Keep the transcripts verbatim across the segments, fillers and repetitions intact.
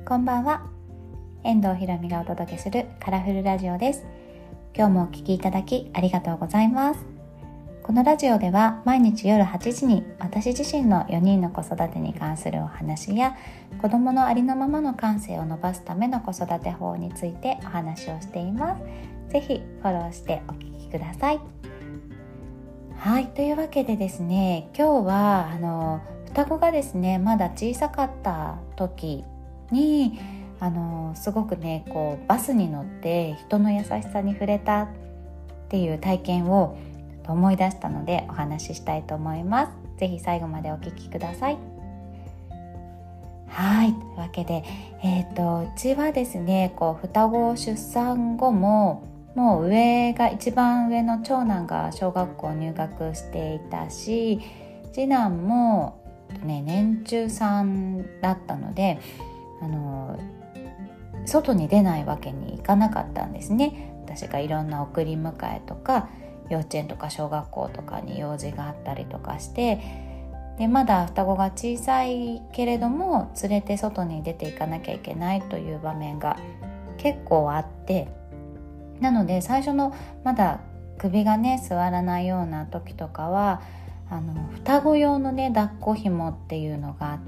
こんばんは。遠藤ひろみがお届けするカラフルラジオです。今日もお聞きいただきありがとうございます。このラジオでは毎日夜はちじに私自身のよにんの子育てに関するお話や子供のありのままの感性を伸ばすための子育て法についてお話をしています。ぜひフォローしてお聞きください。はい、というわけでですね、今日はあの双子がですねまだ小さかった時にあのすごくねこうバスに乗って人の優しさに触れたっていう体験を思い出したのでお話ししたいと思います。ぜひ最後までお聞きください。はい、というわけで、えーと、うちはですねこう双子出産後ももう上が一番上の長男が小学校入学していたし、次男も、ね、年中さんだったのであの外に出ないわけにいかなかったんですね。私がいろんな送り迎えとか幼稚園とか小学校とかに用事があったりとかして、でまだ双子が小さいけれども連れて外に出ていかなきゃいけないという場面が結構あって、なので最初のまだ首がね座らないような時とかはあの双子用のね抱っこ紐っていうのがあって、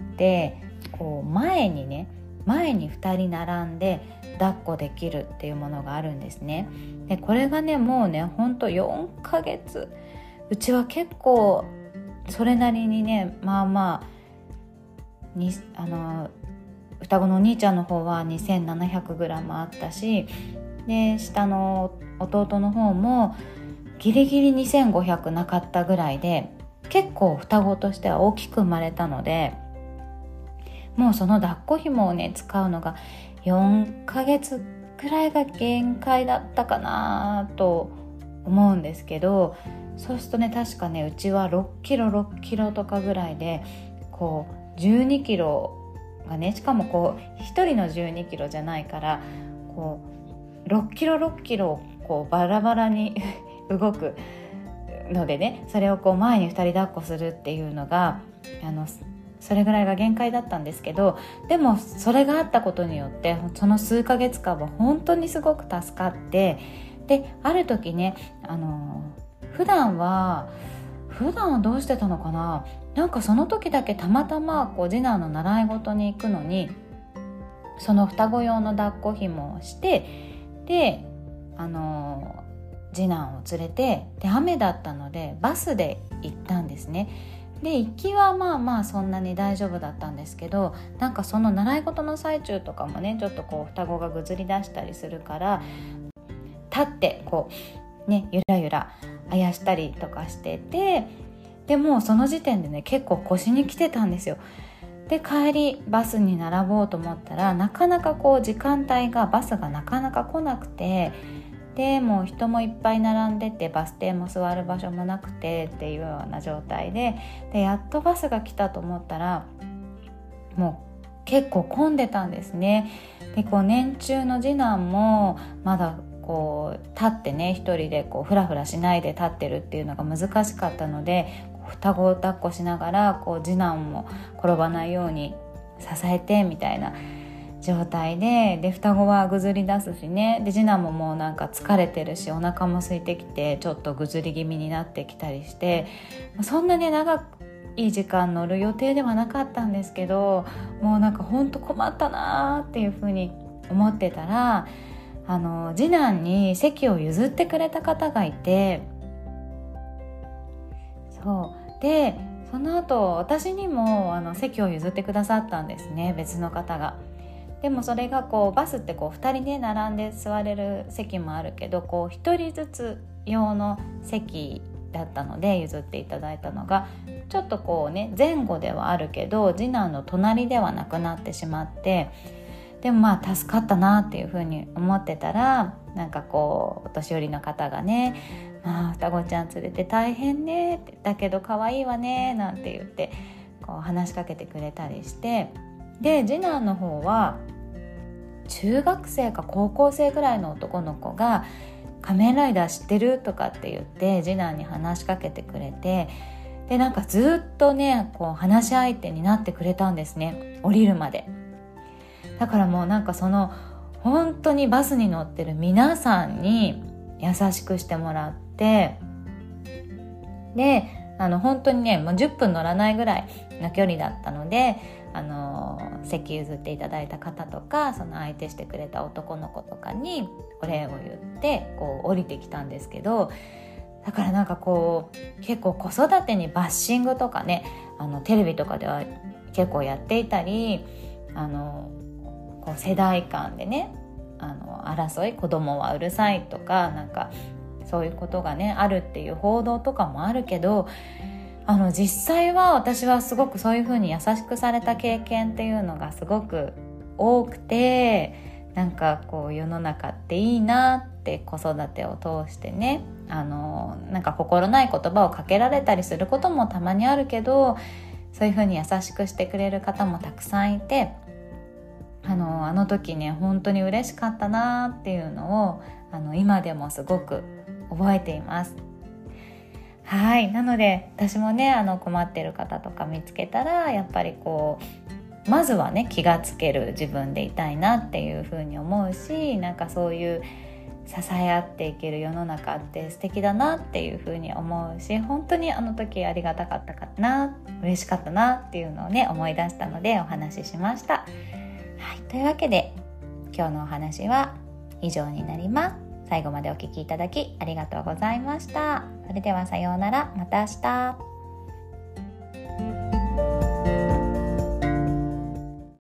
こう前にね前にふたり並んで抱っこできるっていうものがあるんですね。でこれがねもうねほんとよんかげつ、うちは結構それなりにねまあまあにあの双子のお兄ちゃんの方は にせんななひゃくグラム あったし、で下の弟の方もギリギリにせんごひゃくなかったぐらいで、結構双子としては大きく生まれたので、もうその抱っこ紐をね使うのがよんかげつくらいが限界だったかなと思うんですけど、そうするとね確かねうちはろっキロろっキロとかぐらいでこうじゅうにキロがね、しかもこうひとりのじゅうにキロじゃないからこうろっキロろっキロをこうバラバラに動くのでね、それをこう前にふたり抱っこするっていうのがあのそれぐらいが限界だったんですけど、でもそれがあったことによってその数ヶ月間は本当にすごく助かって、である時ねあの普段は普段はどうしてたのかな、なんかその時だけたまたまこう次男の習い事に行くのにその双子用の抱っこ紐をして、であの次男を連れて、で雨だったのでバスで行ったんですね。で行きはまあまあそんなに大丈夫だったんですけど、なんかその習い事の最中とかもねちょっとこう双子がぐずり出したりするから立ってこうねゆらゆらあやしたりとかしてて、でもうその時点でね結構腰に来てたんですよ。で帰りバスに並ぼうと思ったらなかなかこう時間帯がバスがなかなか来なくて、でもう人もいっぱい並んでてバス停も座る場所もなくてっていうような状態で、でやっとバスが来たと思ったらもう結構混んでたんですね。でこう年中の次男もまだこう立ってね一人でこうフラフラしないで立ってるっていうのが難しかったので、双子を抱っこしながらこう次男も転ばないように支えてみたいな状態で、で双子はぐずり出すしね、で次男ももうなんか疲れてるしお腹も空いてきてちょっとぐずり気味になってきたりして、そんなね長い時間乗る予定ではなかったんですけど、もうなんかほんと困ったなっていう風に思ってたら、あの次男に席を譲ってくれた方がいて、そうでその後私にもあの席を譲ってくださったんですね、別の方が。でもそれがこうバスってこうふたりで並んで座れる席もあるけど、こうひとりずつ用の席だったので譲っていただいたのがちょっとこうね前後ではあるけど次男の隣ではなくなってしまって、でもまあ助かったなっていうふうに思ってたら、なんかこうお年寄りの方がね、まあ、双子ちゃん連れて大変ねって、だけど可愛いわねなんて言ってこう話しかけてくれたりして、で次男の方は中学生か高校生ぐらいの男の子が仮面ライダー知ってるとかって言って次男に話しかけてくれて、でなんかずっとねこう話し相手になってくれたんですね、降りるまで。 だからもうなんかその本当にバスに乗ってる皆さんに優しくしてもらって、であの本当にねもうじゅっぷん乗らないぐらいの距離だったので、あの席譲っていただいた方とか、その相手してくれた男の子とかにお礼を言ってこう降りてきたんですけど、だからなんかこう結構子育てにバッシングとかね、あのテレビとかでは結構やっていたり、あのこう世代間でねあの争い、子供はうるさいとか、なんかそういうことがねあるっていう報道とかもあるけど、あの実際は私はすごくそういう風に優しくされた経験っていうのがすごく多くて、なんかこう世の中っていいなって子育てを通してね、あのなんか心ない言葉をかけられたりすることもたまにあるけど、そういう風に優しくしてくれる方もたくさんいて、あのあの時ね本当に嬉しかったなっていうのをあの今でもすごく覚えています。はい、なので私もねあの困ってる方とか見つけたら、やっぱりこうまずはね気がつける自分でいたいなっていうふうに思うし、なんかそういう支え合っていける世の中って素敵だなっていうふうに思うし、本当にあの時ありがたかったかな、嬉しかったなっていうのをね思い出したのでお話ししました。はい、というわけで今日のお話は以上になります。最後までお聞きいただきありがとうございました。それではさようなら、また明日。